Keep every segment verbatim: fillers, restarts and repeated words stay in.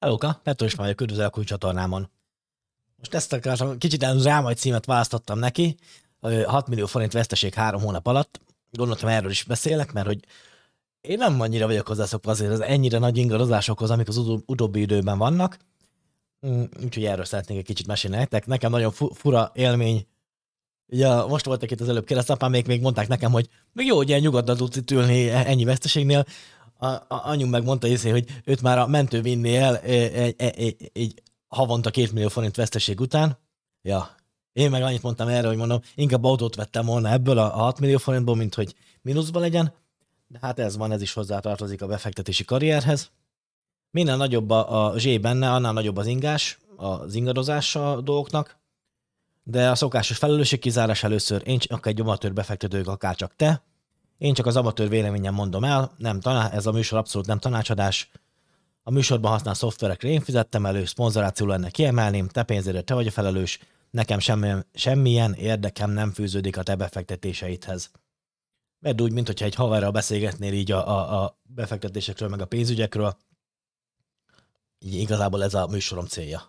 Hellóka, Petro is vagyok, üdvözlök új csatornámon. Most ezt a kicsit drámai címet választottam neki, hat millió forint veszteség három hónap alatt. Gondoltam, erről is beszélek, mert hogy én nem annyira vagyok hozzászokva azért az ennyire nagy ingadozásokhoz, amik az utó- utóbbi időben vannak. Mm, Úgyhogy erről szeretnék egy kicsit mesélni nektek. Nekem nagyon fu- fura élmény. Ugye most voltak itt az előbb keresztapám, még, még mondták nekem, hogy még jó, hogy ilyen nyugodtan tudsz itt ülni ennyi veszteségnél. A, a, anyum megmondta, hiszé, hogy őt már a mentő vinné el egy, egy, egy havonta két millió forint veszteség után. Ja, én meg annyit mondtam erre, hogy mondom, inkább autót vettem volna ebből a hat millió forintból, mint hogy mínuszba legyen. De hát ez van, ez is hozzátartozik a befektetési karrierhez. Minél nagyobb a, a zsé benne, annál nagyobb az ingás, az ingadozás a dolgoknak. De a szokásos felelősség kizárás először én csak egy amatőr befektetők, akár csak te. Én csak az amatőr véleményem mondom el, nem taná- ez a műsor abszolút nem tanácsadás. A műsorban használt szoftverekre én fizettem elő, szponzoráció lenne kiemelném, te pénzért te vagy a felelős, nekem semmilyen, semmilyen érdekem nem fűződik a te befektetéseidhez. Vedd úgy, mintha egy haverral beszélgetnél így a, a, a befektetésekről, meg a pénzügyekről. Így igazából ez a műsorom célja.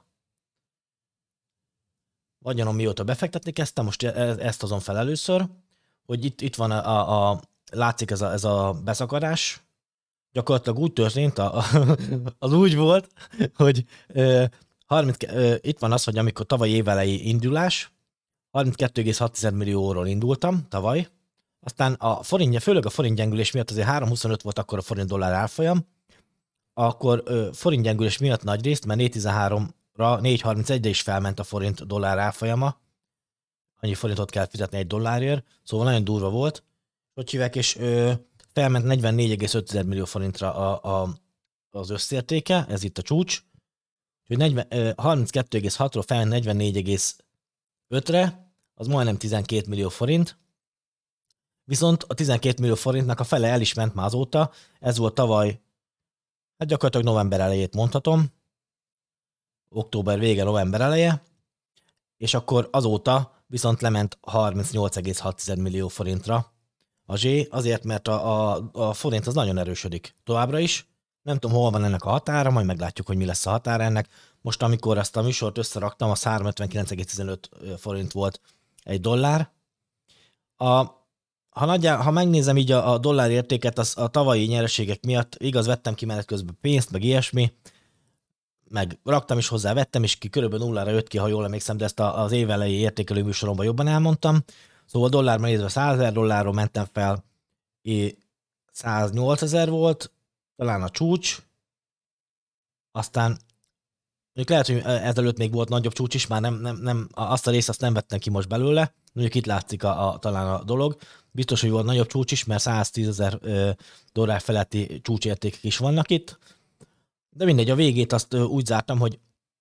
Vagyonom mióta befektetni kezdtem, most e- ezt hozom fel először, hogy itt, itt van a, a, a látszik ez a, ez a beszakadás. Gyakorlatilag úgy történt, a, a, az úgy volt, hogy ö, harminc, ö, itt van az, hogy amikor tavaly évelei indulás, harminckettő egész hat millióról indultam tavaly, aztán a forint, főleg a forint gyengülés miatt azért három egész huszonöt volt akkor a forint dollár árfolyam, akkor ö, forint gyengülés miatt nagy részt, mert négy egész tizenháromra, négy egész harmincegyre is felment a forint dollár árfolyama, annyi forintot kell fizetni egy dollárért, szóval nagyon durva volt. Hogy hívják, és ö, felment negyvennégy egész öt millió forintra a, a, az összértéke, ez itt a csúcs. Úgyhogy negyven, ö, harminckettő egész hatról felment negyvennégy egész ötre, az majdnem tizenkét millió forint. Viszont a tizenkét millió forintnak a fele el is ment már azóta, ez volt tavaly, hát gyakorlatilag november elejét mondhatom, október vége, november eleje, és akkor azóta viszont lement harmincnyolc egész hat millió forintra a zsé, azért, mert a, a, a forint az nagyon erősödik továbbra is. Nem tudom, hol van ennek a határa, majd meglátjuk, hogy mi lesz a határa ennek. Most, amikor ezt a műsort összeraktam, az háromszázötvenkilenc egész tizenöt forint volt egy dollár. A, ha, nagyjá, ha megnézem így a, a dollár értéket, az a tavalyi nyereségek miatt, igaz, vettem ki menet közben pénzt, meg ilyesmi, meg raktam is hozzá, vettem is ki, körülbelül nullára jött ki, ha jól emlékszem, de ezt az évelei értékelő műsoromban jobban elmondtam. Szóval dollárban nézve százezer dollárról mentem fel, száznyolcezer volt, talán a csúcs, aztán mondjuk lehet, hogy ezelőtt még volt nagyobb csúcs is, már nem, nem, nem azt a részt azt nem vettem ki most belőle, mondjuk itt látszik a, a, talán a dolog. Biztos, hogy volt nagyobb csúcs is, mert száztízezer dollár feletti csúcsértékek is vannak itt, de mindegy, a végét azt úgy zártam, hogy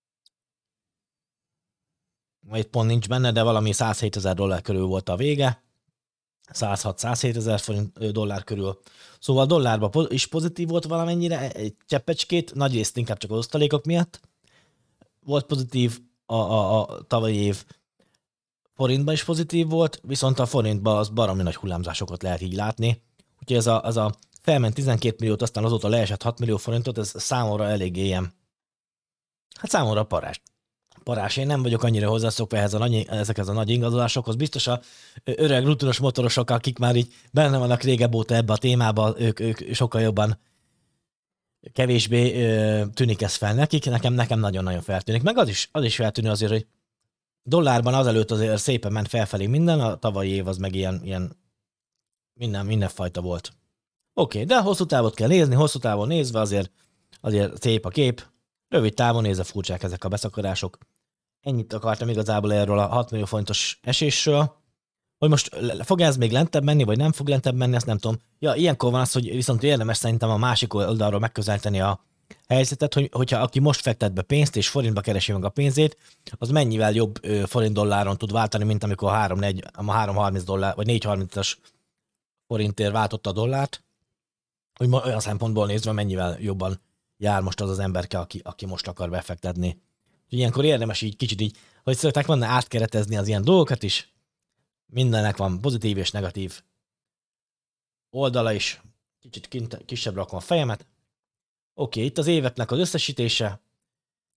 itt pont nincs benne, de valami százhétezer dollár körül volt a vége, százhat százhétezer forint dollár körül. Szóval dollárban is pozitív volt valamennyire, egy cseppecskét, nagy részt inkább csak az osztalékok miatt. Volt pozitív a, a, a tavalyi év, forintban is pozitív volt, viszont a forintban az baromi nagy hullámzásokat lehet így látni. Úgyhogy ez a, az a felment tizenkét milliót, aztán azóta leesett hat millió forintot, ez számomra eléggé ilyen, hát számomra parás. Parás, én nem vagyok annyira hozzászokva ehhez a nagy, ezekhez a nagy ingadozásokhoz. Biztos a öreg rutinos motorosok, akik már így benne vannak régebb óta ebbe a témába, ők, ők sokkal jobban, kevésbé ö, tűnik ez fel nekik, nekem, nekem nagyon-nagyon feltűnik. Meg az is, az is feltűnő azért, hogy dollárban azelőtt azért szépen ment felfelé minden, a tavalyi év az meg ilyen, ilyen minden, mindenfajta volt. Oké, okay, de hosszú távot kell nézni, hosszú távon nézve azért, azért szép a kép, rövid távon nézve furcsák ezek a beszakadások. Ennyit akartam igazából erről a hat millió forintos esésről, hogy most fog ez még lentebb menni, vagy nem fog lentebb menni, ezt nem tudom. Ja, ilyenkor van az, hogy viszont érdemes szerintem a másik oldalról megközelíteni a helyzetet, hogy, hogyha aki most fektet be pénzt, és forintba keresi meg a pénzét, az mennyivel jobb forint-dolláron tud váltani, mint amikor a három harminc dollár, vagy négy harmincas forintért váltotta a dollárt, hogy olyan szempontból nézve mennyivel jobban jár most az az emberke, aki, aki most akar befektetni. Ilyenkor érdemes így kicsit így, hogy szokták volna átkeretezni az ilyen dolgokat is. Mindennek van pozitív és negatív oldala is. Kicsit kint, kisebb rakom a fejemet. Oké, itt az éveknek az összesítése.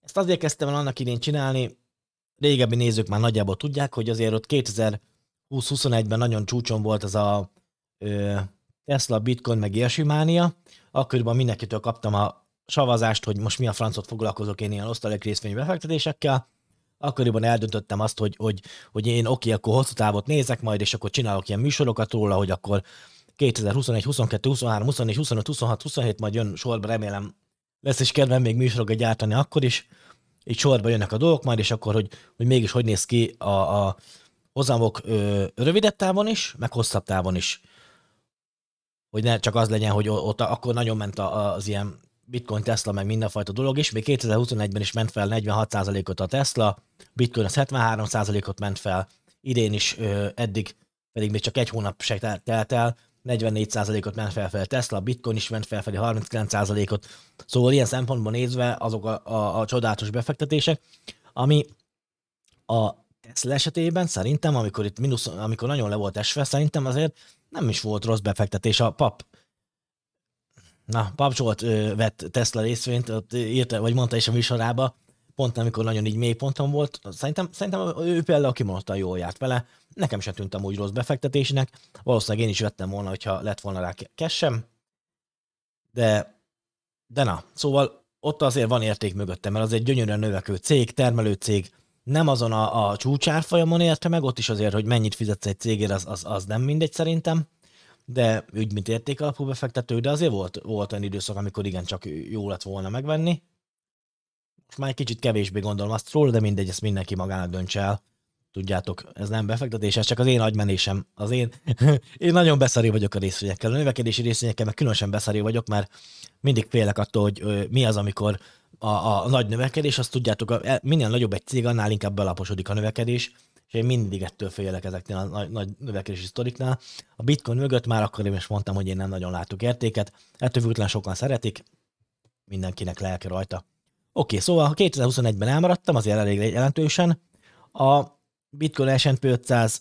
Ezt azért kezdtem el annak idén csinálni, régebbi nézők már nagyjából tudják, hogy azért ott kétezer-húsz-huszonegyben nagyon csúcson volt ez a ö, Tesla, Bitcoin, meg ilyesmi mánia. Akkoriban mindenkitől kaptam a savazást, hogy most mi a francot foglalkozok én ilyen osztalék részvény befektetésekkel. Akkoriban eldöntöttem azt, hogy, hogy, hogy én oké, akkor hosszú távot nézek majd, és akkor csinálok ilyen műsorokat róla, hogy akkor kétezer-huszonegy, huszonkettő, huszonhárom, huszonnégy, huszonöt, huszonhat, huszonhét majd jön sorba, remélem lesz is kedvem még műsorokat gyártani akkor is. Így sorba jönnek a dolgok majd, és akkor, hogy, hogy mégis hogy néz ki a, a hozamok ö, rövidebb távon is, meg hosszabb távon is. Hogy ne csak az legyen, hogy ott akkor nagyon ment az ilyen Bitcoin, Tesla, meg mindenfajta dolog is. Még kétezer-huszonegyben is ment fel negyvenhat százalékot a Tesla, Bitcoin az hetvenhárom százalékot ment fel, idén is ö, eddig, pedig még csak egy hónap se telt el, negyvennégy százalékot ment fel fel Tesla, Bitcoin is ment felfelé harminckilenc százalékot. Szóval ilyen szempontból nézve azok a, a, a csodálatos befektetések, ami a Tesla esetében szerintem, amikor itt mínusz, amikor nagyon le volt esve, szerintem azért nem is volt rossz befektetés. A pap, na, Pap Zsolt ö, vett Tesla részvényt, ott írta, vagy mondta is a műsorába, pont amikor nagyon így mély ponton volt. Szerintem, szerintem ő például kimondottan jól járt vele. Nekem sem tűnt amúgy rossz befektetésnek. Valószínűleg én is vettem volna, hogyha lett volna rá kessem. De, de na, szóval ott azért van érték mögöttem, mert az egy gyönyörűen növekvő cég, termelő cég, nem azon a, a csúcsárfolyamon érte meg, ott is azért, hogy mennyit fizetsz egy cégért, az, az, az nem mindegy szerintem, de úgy, mint értékalapú befektető, de azért volt, volt olyan időszak, amikor igencsak jó lett volna megvenni. Most már egy kicsit kevésbé gondolom azt róla, de mindegy, ezt mindenki magának döntse el. Tudjátok, ez nem befektetés, ez csak az én agymenésem. Az én, én nagyon beszaré vagyok a részvényekkel. A növekedési részvényekkel meg különösen beszaré vagyok, mert mindig félek attól, hogy ö, mi az, amikor a, a nagy növekedés, azt tudjátok, a, minél nagyobb egy cég, annál inkább belaposodik a növekedés, és én mindig ettől félek ezeknél a nagy, nagy növekedési sztoriknál. A Bitcoin mögött már akkor én is mondtam, hogy én nem nagyon látok értéket, ettől függetlenül sokan szeretik, mindenkinek lelke rajta. Oké, szóval ha kétezer-huszonegyben elmaradtam, azért elég jelentősen. A Bitcoin es and pé ötszáz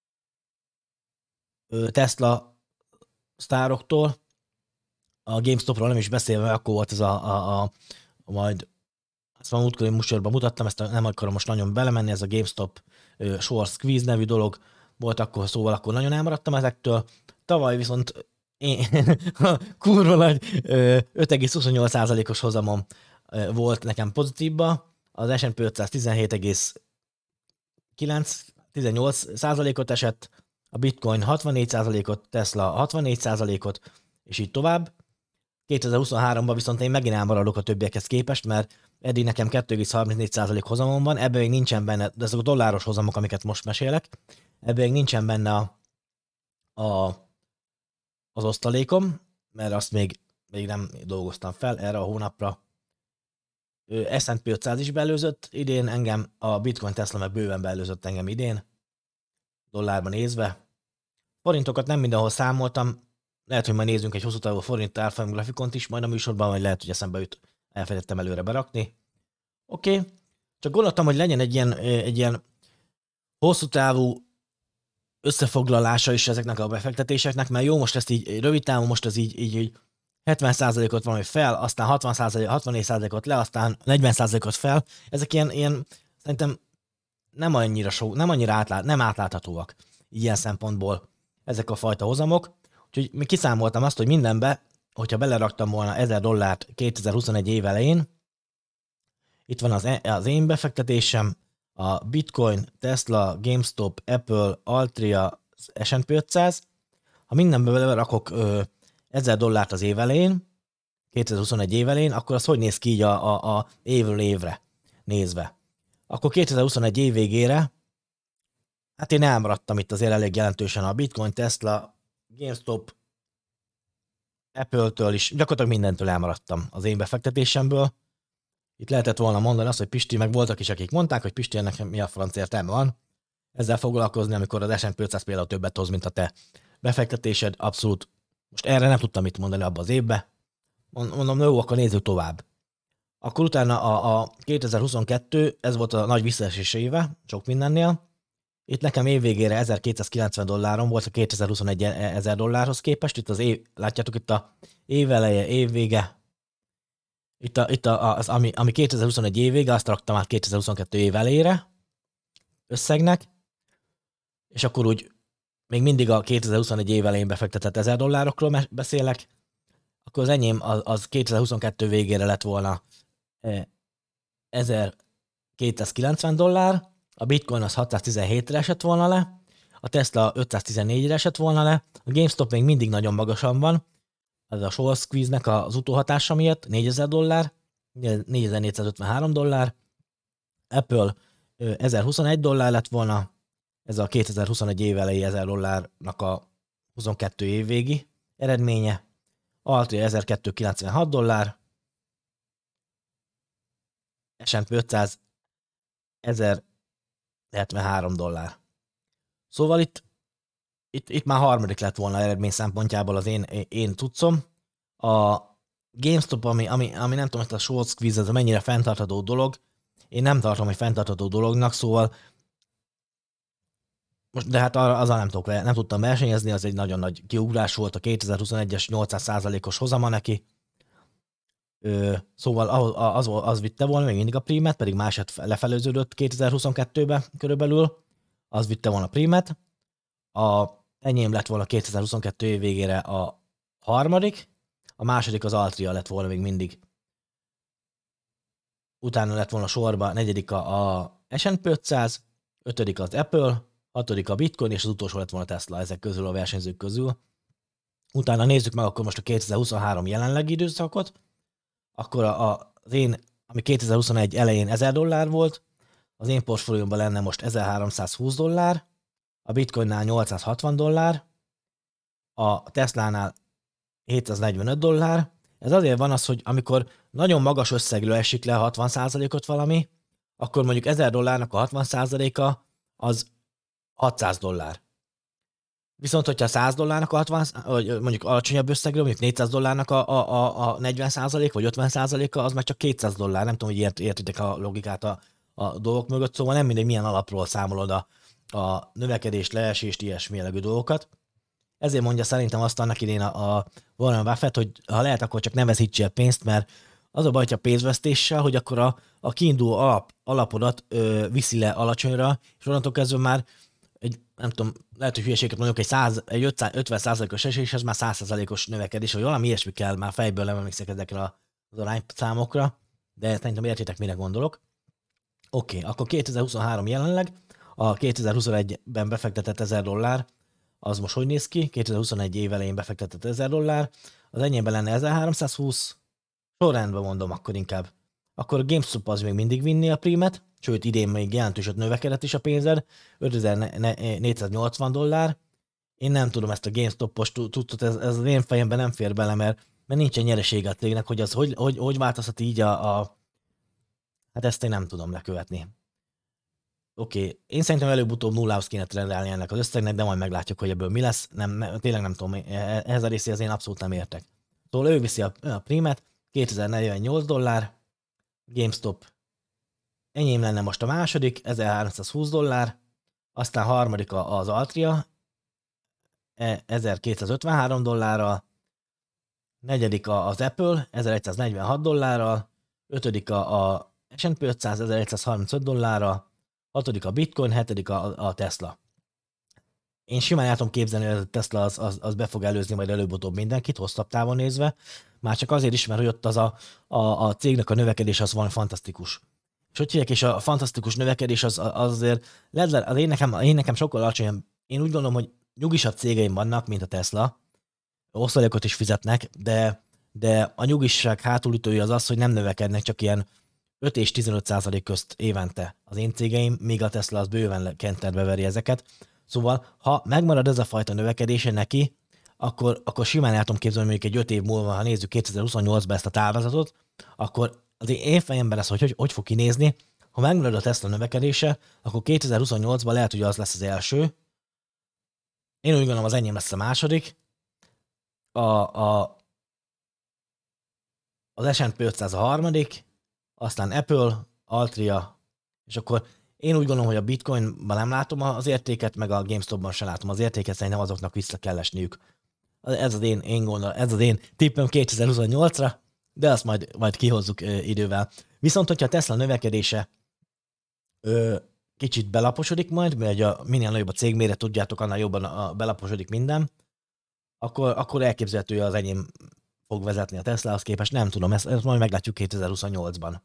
Tesla sztároktól, a GameStopról nem is beszélve, akkor volt ez a, a, a, a majd, ezt már múltkori műsorban mutattam, ezt nem akarom most nagyon belemenni, ez a GameStop uh, Short Squeeze nevű dolog volt akkor, szóval akkor nagyon elmaradtam ezektől. Tavaly viszont én, kurva nagy öt egész huszonnyolc százalékos hozamom volt nekem pozitívba, az es and pé ötszáz tizenhét egész kilenc tizennyolc százalékot esett, a Bitcoin hatvannégy százalékot, Tesla hatvannégy százalékot, és így tovább. kétezer-huszonháromban viszont én megint elmaradok a többiekhez képest, mert eddig nekem kettő egész harmincnégy százalék hozamom van, ebben még nincsen benne, de ezek a dolláros hozamok, amiket most mesélek, ebben még nincsen benne a, a, az osztalékom, mert azt még, még nem dolgoztam fel erre a hónapra. es and pé ötszáz is beelőzött idén engem, a Bitcoin, Tesla meg bőven beelőzött engem idén, dollárban nézve. Forintokat nem mindenhol számoltam, lehet, hogy majd nézzünk egy hosszú távú forint árfolyam grafikont is, majd a műsorban, vagy lehet, hogy eszembe jut, elfelejtettem előre berakni. Oké, okay. Csak gondoltam, hogy legyen egy ilyen, egy ilyen hosszú távú összefoglalása is ezeknek a befektetéseknek, mert jó, most ezt így rövid távon, most ez így, így, így hetven százalékot valami fel, aztán hatvan százalék, hatvannégy százalékot le, aztán negyven százalékot fel. Ezek ilyen, ilyen szerintem nem annyira, so, nem annyira átlát, nem átláthatóak ilyen szempontból ezek a fajta hozamok. Úgyhogy mi kiszámoltam azt, hogy mindenbe, hogyha beleraktam volna ezer dollárt kétezer-huszonegy év elején, itt van az, az én befektetésem, a Bitcoin, Tesla, GameStop, Apple, Altria, es and pé ötszáz. Ha mindenbe belerakok ö, ezer dollárt az év elején, kétezer-huszonegy év elején, akkor az hogy néz ki így a, a, a évről évre nézve. Akkor kétezer-huszonegy év végére, hát én elmaradtam itt azért elég jelentősen a Bitcoin, Tesla, GameStop, Apple-től is, gyakorlatilag mindentől elmaradtam az én befektetésemből. Itt lehetett volna mondani azt, hogy Pisti, meg voltak is, akik mondták, hogy Pisti, ennek mi a franc értelme van ezzel foglalkozni, amikor az es and pé ötszáz például többet hoz, mint a te befektetésed, abszolút. Most erre nem tudtam mit mondani abba az évbe. Mondom, jó, akkor nézzük tovább. Akkor utána a, a kétezer-huszonkettő, ez volt a nagy visszaesés éve, sok mindennél. Itt nekem évvégére ezerkétszázkilencven dollárom volt a kétezer-huszonegy ezer dollárhoz képest. Itt az év, látjátok itt a éveleje, évvége, Itt, a, itt a, az, ami, ami kétezer-huszonegy év vége, azt raktam át kétezer-huszonkettő év elejére összegnek, és akkor úgy még mindig a kétezer-huszonegy év elején befektetett ezer dollárokról beszélek, akkor az enyém az, az kétezer-huszonkettő végére lett volna ezerkétszázkilencven dollár, a bitcoin az hatszáztizenhétre esett volna le, a Tesla ötszáztizennégyre esett volna le, a GameStop még mindig nagyon magasan van, ez a short squeeze-nek az utóhatása miatt négyezer dollár, négyezer-négyszázötvenhárom dollár, Apple ezerhuszonegy dollár lett volna, ez a kétezer-huszonegy év elejé ezer dollárnak a huszonkettő év végi eredménye, Altria ezerkétszázkilencvenhat dollár, es and pé ötszáz ezerhetvenhárom dollár. Szóval itt, itt, itt már harmadik lett volna eredmény szempontjából az én, én tudszom. A GameStop, ami, ami, ami nem tudom, hogy a short squeeze, ez mennyire fenntartható dolog, én nem tartom, hogy fenntartható dolognak, szóval most, de hát arra, azzal nem, tudok, nem tudtam versenyezni, az egy nagyon nagy kiugrás volt a kétezer-huszonegyes nyolcszáz százalékos hozama neki. Ö, szóval az, az, az vitte volna még mindig a prímet, pedig másod lefelőződött kétezer-huszonkettőben körülbelül, az vitte volna a prímet. A enyém lett volna kétezer-huszonkettő év végére a harmadik, a második az Altria lett volna még mindig. Utána lett volna sorba, a negyedik a es and pé ötszáz, ötödik az Apple, hatodik a Bitcoin, és az utolsó lett volna a Tesla ezek közül, a versenyzők közül. Utána nézzük meg akkor most a kétezer-huszonhárom jelenlegi időszakot, akkor a, a, az én, ami kétezer-huszonegy elején ezer dollár volt, az én portfóliómban lenne most ezerháromszázhúsz dollár, a Bitcoinnál nyolcszázhatvan dollár, a Teslánál hétszáznegyvenöt dollár. Ez azért van az, hogy amikor nagyon magas összegről esik le hatvan százalékot valami, akkor mondjuk ezer dollárnak a hatvan százaléka az hatszáz dollár. Viszont, hogyha száz dollárnak a hatvan, vagy mondjuk alacsonyabb összegről, mondjuk négyszáz dollárnak a, a, a, a negyven százalék, vagy ötven százaléka, az már csak kétszáz dollár. Nem tudom, hogy ért, értitek a logikát a, a dolgok mögött, szóval nem mindegy, milyen alapról számolod a, a növekedést, leesést, ilyesmi jellegű dolgokat. Ezért mondja szerintem azt annak idén a, a Warren Buffett, hogy ha lehet, akkor csak ne veszítsél pénzt, mert az a baj, hogy a pénzvesztéssel, hogy akkor a, a kiinduló alap, alapodat ö, viszi le alacsonyra, és onnantól kezdve már egy, nem tudom, lehet, hogy hülyeséget mondjuk, egy, száz, egy ötven százalékos eséshez már száz százalékos növekedés, vagy valami ilyesmi kell, már fejből nem emlékszek ezekre az arányszámokra, de szerintem értitek, mire gondolok. Oké, okay, akkor kétezer-huszonhárom jelenleg, a kétezer-huszonegyben befektetett ezer dollár, az most hogy néz ki? kétezer-huszonegy év elején befektetett ezer dollár, az enyémben lenne ezerháromszázhúsz, sorrendben mondom akkor inkább. Akkor a GameStop az még mindig vinni a prímet, sőt idén még jelentőset növekedett is a pénzed, ötezer-négyszáznyolcvan dollár. Én nem tudom ezt a GameStop-os tudtot, ez, ez az én fejemben nem fér bele, mert, mert nincsen nyeresége a cégnek, hogy az hogy, hogy, hogy változhat így a, a... Hát ezt én nem tudom lekövetni. Oké, okay. Én szerintem előbb-utóbb nullához kéne trendelni ennek az összegnek, de majd meglátjuk, hogy ebből mi lesz. Nem, nem, tényleg nem tudom, ehhez a részéhez én abszolút nem értek. Szóval ő viszi a, a prímet, kétezer-negyvennyolc dollár, GameStop. Enyém lenne most a második, ezerháromszázhúsz dollár, aztán harmadik az Altria, ezerkétszázötvenhárom dollárral, negyedik az Apple, ezeregyszáznegyvenhat dollárral, ötödik a es and pé ötszáz, ezeregyszázharmincöt dollárral, hatodik a Bitcoin, hetedik a, a Tesla. Én simán el tudom képzelni, hogy a Tesla az, az, az be fog előzni majd előbb-utóbb mindenkit, hosszabb távon nézve, már csak azért is, mert hogy ott az a, a, a cégnek a növekedés az van fantasztikus. És hogy hívják, és a fantasztikus növekedés az, az azért, az én nekem, én nekem sokkal alacsonyabb. Én úgy gondolom, hogy nyugisabb cégeim vannak, mint a Tesla, osztalékot is fizetnek, de, de a nyugisság hátulütője az az, hogy nem növekednek, csak ilyen öt és tizenöt százalék közt évente az én cégeim, míg a Tesla az bőven kenterbe veri ezeket. Szóval, ha megmarad ez a fajta növekedése neki, akkor, akkor simán el tudom képzelni, mondjuk egy öt év múlva, ha nézzük kétezer-huszonnyolcban ezt a táblázatot, akkor az én fejemben ez, hogy, hogy hogy fog kinézni. Ha megmarad a Tesla növekedése, akkor kétezer-huszonnyolcban lehet, hogy az lesz az első. Én úgy gondolom, az enyém lesz a második. A, a, az es and pé ötszáz a harmadik, aztán Apple, Altria, és akkor én úgy gondolom, hogy a Bitcoinban nem látom az értéket, meg a GameStopban sem látom az értéket, szerintem azoknak vissza kell esniük. Ez az én, én gondolom, ez az én tippem kétezer-huszonnyolcra, de azt majd, majd kihozzuk ö, idővel. Viszont, hogyha a Tesla növekedése ö, kicsit belaposodik majd, mert a, minél nagyobb a cégméret, tudjátok, annál jobban a, belaposodik minden, akkor, akkor elképzelhető, az enyém fog vezetni a Teslahoz képest. Nem tudom, ezt, ezt majd meglátjuk kétezer-huszonnyolcban.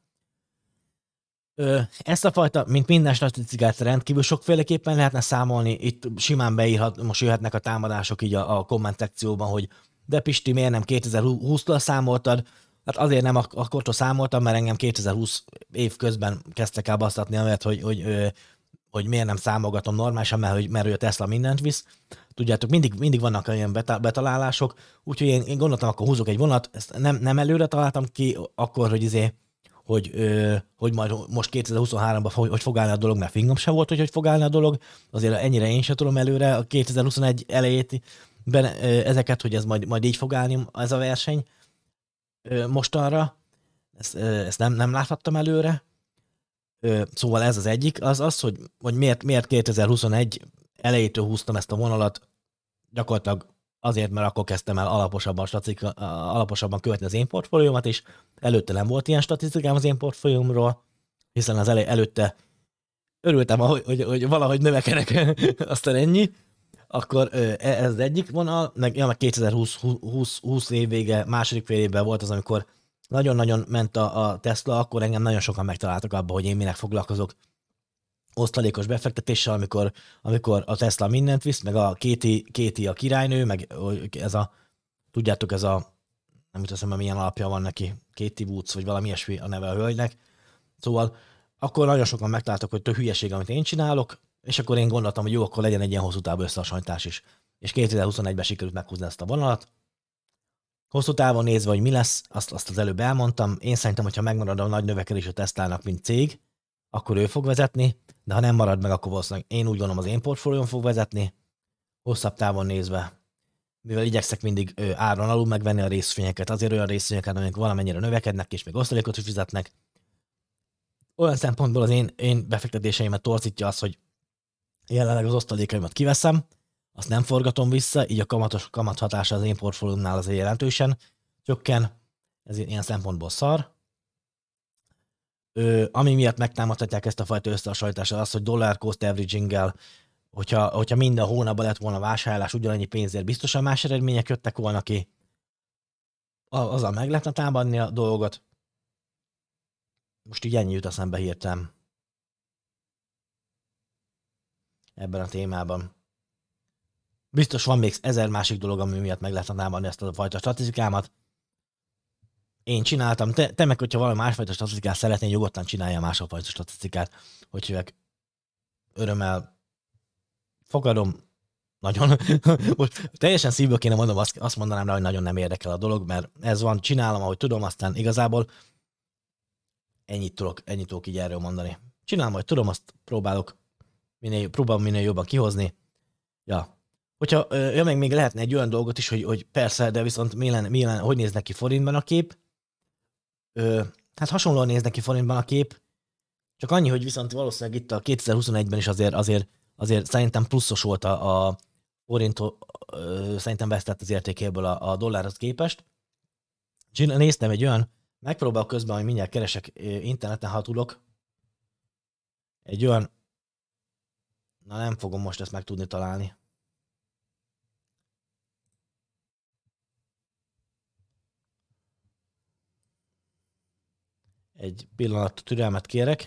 Ö, ezt a fajta, mint minden statisztikát rendkívül sokféleképpen lehetne számolni. Itt simán beírhat, most jöhetnek a támadások így a, a komment szekcióban, hogy de Pisti, miért nem kétezer-húsztól számoltad? Hát azért nem ak- akkortól számoltam, mert engem kétezer-húsz év közben kezdtek el basztatni, mert hogy, hogy, hogy, hogy miért nem számolgatom normálisan, mert, hogy, mert hogy a Tesla mindent visz. Tudjátok, mindig, mindig vannak olyan beta- betalálások, úgyhogy én, én gondoltam, akkor húzok egy vonat, ezt nem, nem előre találtam ki, akkor, hogy izé, hogy, ö, hogy majd most kétezer-huszonháromban hogy, hogy fog állni a dolog, mert fingom sem volt, hogy hogy fog állni a dolog, azért ennyire én sem tudom előre a kétezer-huszonegy elejét ben, ö, ezeket, hogy ez majd, majd így fog állni ez a verseny ö, mostanra, ezt, ö, ezt nem, nem láthattam előre, ö, szóval ez az egyik, az az, hogy, hogy miért, miért kétezer-huszonegy elejétől húztam ezt a vonalat, gyakorlatilag azért, mert akkor kezdtem el alaposabban, statika, alaposabban követni az én portfóliómat, és előtte nem volt ilyen statisztikám az én portfóliómról, hiszen az elő, előtte örültem, hogy, hogy, hogy valahogy növekedek, aztán ennyi. Akkor ez az egyik vonal, meg, ja, meg kétezer-húsz év vége, második fél évben volt az, amikor nagyon-nagyon ment a, a Tesla, akkor engem nagyon sokan megtaláltak abba, hogy én minek foglalkozok osztalékos befektetéssel, amikor, amikor a Tesla mindent visz, meg a Kéti, Kéti a királynő, meg ez a, tudjátok, ez a, nem jut eszembe, milyen alapja van neki, Katie Woods, vagy valami ilyesmi a neve a hölgynek. Szóval akkor nagyon sokan megtaláltak, hogy tök hülyeség, amit én csinálok, és akkor én gondoltam, hogy jó, akkor legyen egy ilyen hosszú távú összehasonlítás is. És kétezer-huszonegyben sikerült meghúzni ezt a vonalat. Hosszú távon nézve, hogy mi lesz, azt, azt az előbb elmondtam. Én szerintem, hogyha megmarad a nagy növekedés a Teslának, mint cég, akkor ő fog vezetni, de ha nem marad meg, akkor valószínűleg én úgy gondolom, az én portfólióm fog vezetni. Hosszabb távon nézve, mivel igyekszek mindig ö, áron alul megvenni a részvényeket, azért olyan részvényeket, amik valamennyire növekednek, és még osztalékot is fizetnek. Olyan szempontból az én, én befektetéseimet torzítja az, hogy jelenleg az osztalékaimat kiveszem, azt nem forgatom vissza, így a kamatos kamat hatása az én portfóliómnál azért jelentősen csökken, ez ilyen szempontból szar. Ö, ami miatt megtámadhatják ezt a fajta összehasonlítást, az, hogy dollar cost averaging-gel, hogyha, hogyha minden hónapban lett volna vásárlás ugyanannyi pénzért, biztosan más eredmények jöttek volna ki, azzal meg lehetne támadni a dolgot. Most így ennyi jut eszembe hirtelen ebben a témában. Biztos van még ezer másik dolog, ami miatt meg lehetne támadni ezt a fajta statisztikámat. Én csináltam, te, te meg, hogyha valami másfajta statisztikát szeretnél, nyugodtan csinálja másfajta statisztikát, hogy hívják, örömmel fogadom, nagyon, most teljesen szívből kéne mondom, azt, azt mondanám rá, hogy nagyon nem érdekel a dolog, mert ez van, csinálom, ahogy tudom, aztán igazából ennyit tudok, ennyit tudok így erről mondani. Csinálom, ahogy tudom, azt próbálok, minél, próbálom minél jobban kihozni. Ja. Hogyha, ja, meg még lehetne egy olyan dolgot is, hogy, hogy persze, de viszont mi lenne, mi lenne, hogy néz neki forintban a kép? Ö, hát hasonlóan néz neki forintban a kép, csak annyi, hogy viszont valószínűleg itt a kétezer-huszonegyben is azért, azért, azért szerintem pluszos volt a, a forint, ö, szerintem vesztett az értékéből a, a dollárhoz képest. Néztem egy olyan, megpróbálok közben, hogy mindjárt keresek interneten, ha tudok, egy olyan, na nem fogom most ezt meg tudni találni. Egy pillanat türelmet kérek.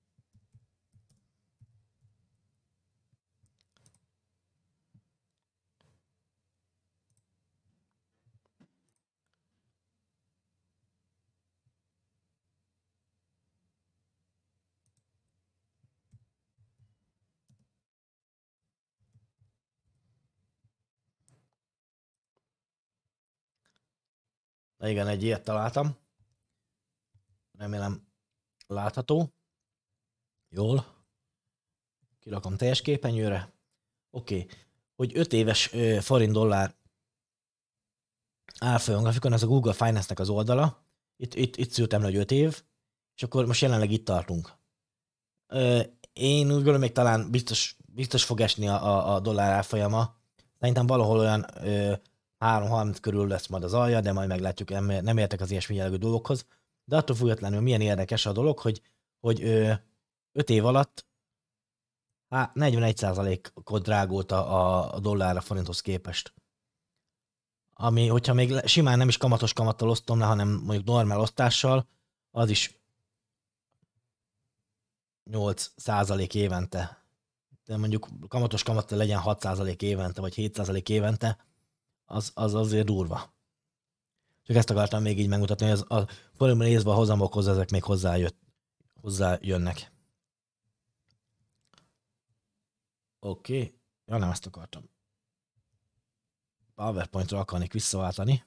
Na igen, egy ilyet találtam. Remélem látható. Jól. Kirakom teljes képernyőre. Oké. Okay. Hogy öt éves ö, forint-dollár árfolyam grafikon, ez a Google Finance-nek az oldala. Itt, itt, itt szültem le, hogy öt év, és akkor most jelenleg itt tartunk. Ö, én úgy gondolom, még talán biztos, biztos fog esni a, a, a dollár árfolyama. Szerintem valahol olyan ö, három harminc körül lesz majd az alja, de majd meglátjuk, nem, nem értek az ilyesmi jellegű dolgokhoz. De attól függetlenül milyen érdekes a dolog, hogy, hogy öt év alatt há, negyvenegy százalékot drágult a, a dollár a forinthoz képest. Ami, hogyha még simán nem is kamatos kamattal osztom le, hanem mondjuk normál osztással, az is nyolc százalék évente. De mondjuk kamatos kamattal legyen hat százalék évente, vagy hét százalék évente, az, az azért durva. Csak ezt akartam még így megmutatni, hogy az, a forintban nézve a hozamokhoz ezek még hozzájött, hozzájönnek. Oké. Okay. Ja, nem ezt akartam. PowerPoint-ra akarnék visszaváltani.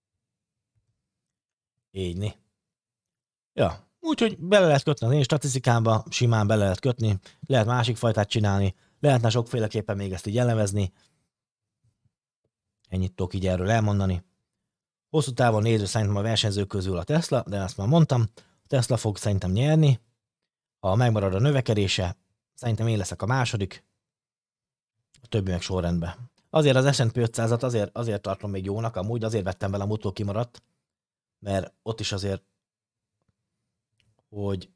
Így. Ja, úgyhogy bele lehet kötni az én statisztikámba, simán bele lehet kötni, lehet másik fajtát csinálni, lehetne sokféleképpen még ezt így elemezni. Ennyit tudok így erről elmondani. Hosszú távon nézve szerintem a versenyzők közül a Tesla, de ezt már mondtam, a Tesla fog szerintem nyerni. Ha megmarad a növekedése, szerintem én leszek a második, a többi meg sorrendben. Azért az es and pé ötszázat azért, azért tartom még jónak, amúgy azért vettem vele, amúgy kimaradt, mert ott is azért, hogy,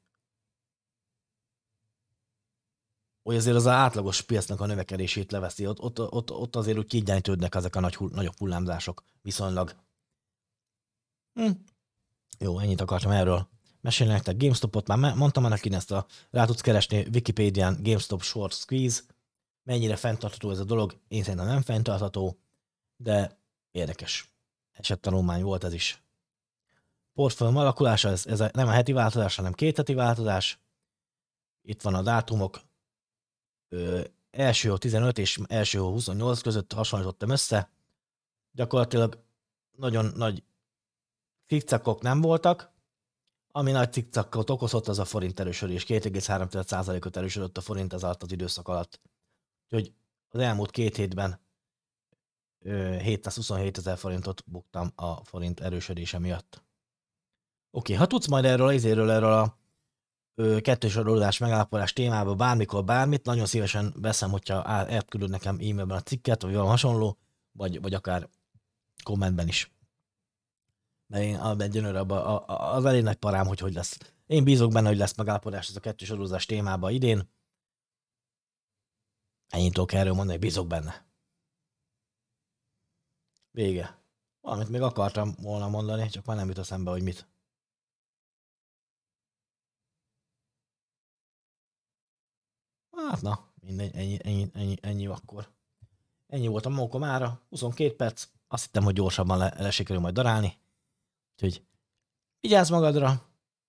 hogy azért az átlagos piacnak a növekedését leveszi. Ott, ott, ott, ott azért úgy kiegyenlítődnek ezek a nagy, nagyobb hullámzások viszonylag. Hm. Jó, ennyit akartam erről mesélni nektek. GameStopot már mondtam ennek, én ezt a, rá tudsz keresni Wikipédián GameStop Short Squeeze. Mennyire fenntartható ez a dolog? Én szerintem nem fenntartható, de érdekes esettanulmány volt ez is. Portfólium alakulása, ez, ez nem a heti változás, hanem két heti változás. Itt van a dátumok. Ö, első hó tizenöt és első hó huszonnyolc között hasonlítottam össze. Gyakorlatilag nagyon nagy cikcakok nem voltak. Ami nagy cikcakot okozott, az a forint erősödés. két egész három százalékot erősödött a forint ez alatt az időszak alatt. Úgyhogy az elmúlt két hétben hétszázhuszonhét ezer forintot buktam a forint erősödése miatt. Oké, okay, ha tudsz majd erről, ezéről erről a ö, kettős adózás megállapodás témába bármikor bármit, nagyon szívesen veszem, hogyha elküldöd nekem e-mailben a cikket, vagy valami hasonló, vagy, vagy akár kommentben is. Mert én egyelőre az elég nagy parám, hogy hogy lesz. Én bízok benne, hogy lesz megállapodás ez a kettős adózás témába idén. Ennyit tudok erről mondani, hogy bízok benne. Vége. Valamit még akartam volna mondani, csak már nem jut eszembe, hogy mit. Hát na, mindegy, ennyi, ennyi, ennyi, ennyi akkor. Ennyi volt a mókom ára, huszonkét perc. Azt hittem, hogy gyorsabban le, le sikerül majd darálni. Úgyhogy vigyázz magadra.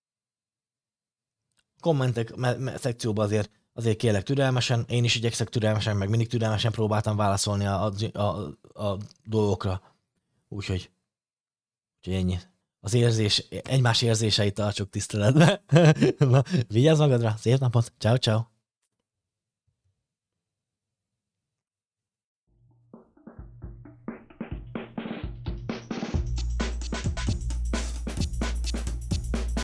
Kommentek me- me- szekcióban azért Azért kérlek türelmesen, én is igyekszek türelmesen, meg mindig türelmesen próbáltam válaszolni a, a, a, a dolgokra. Úgyhogy, úgyhogy ennyi. Az érzés, egymás érzéseit tartsuk tiszteletbe. Vigyázz magadra, szép napot, ciao ciao.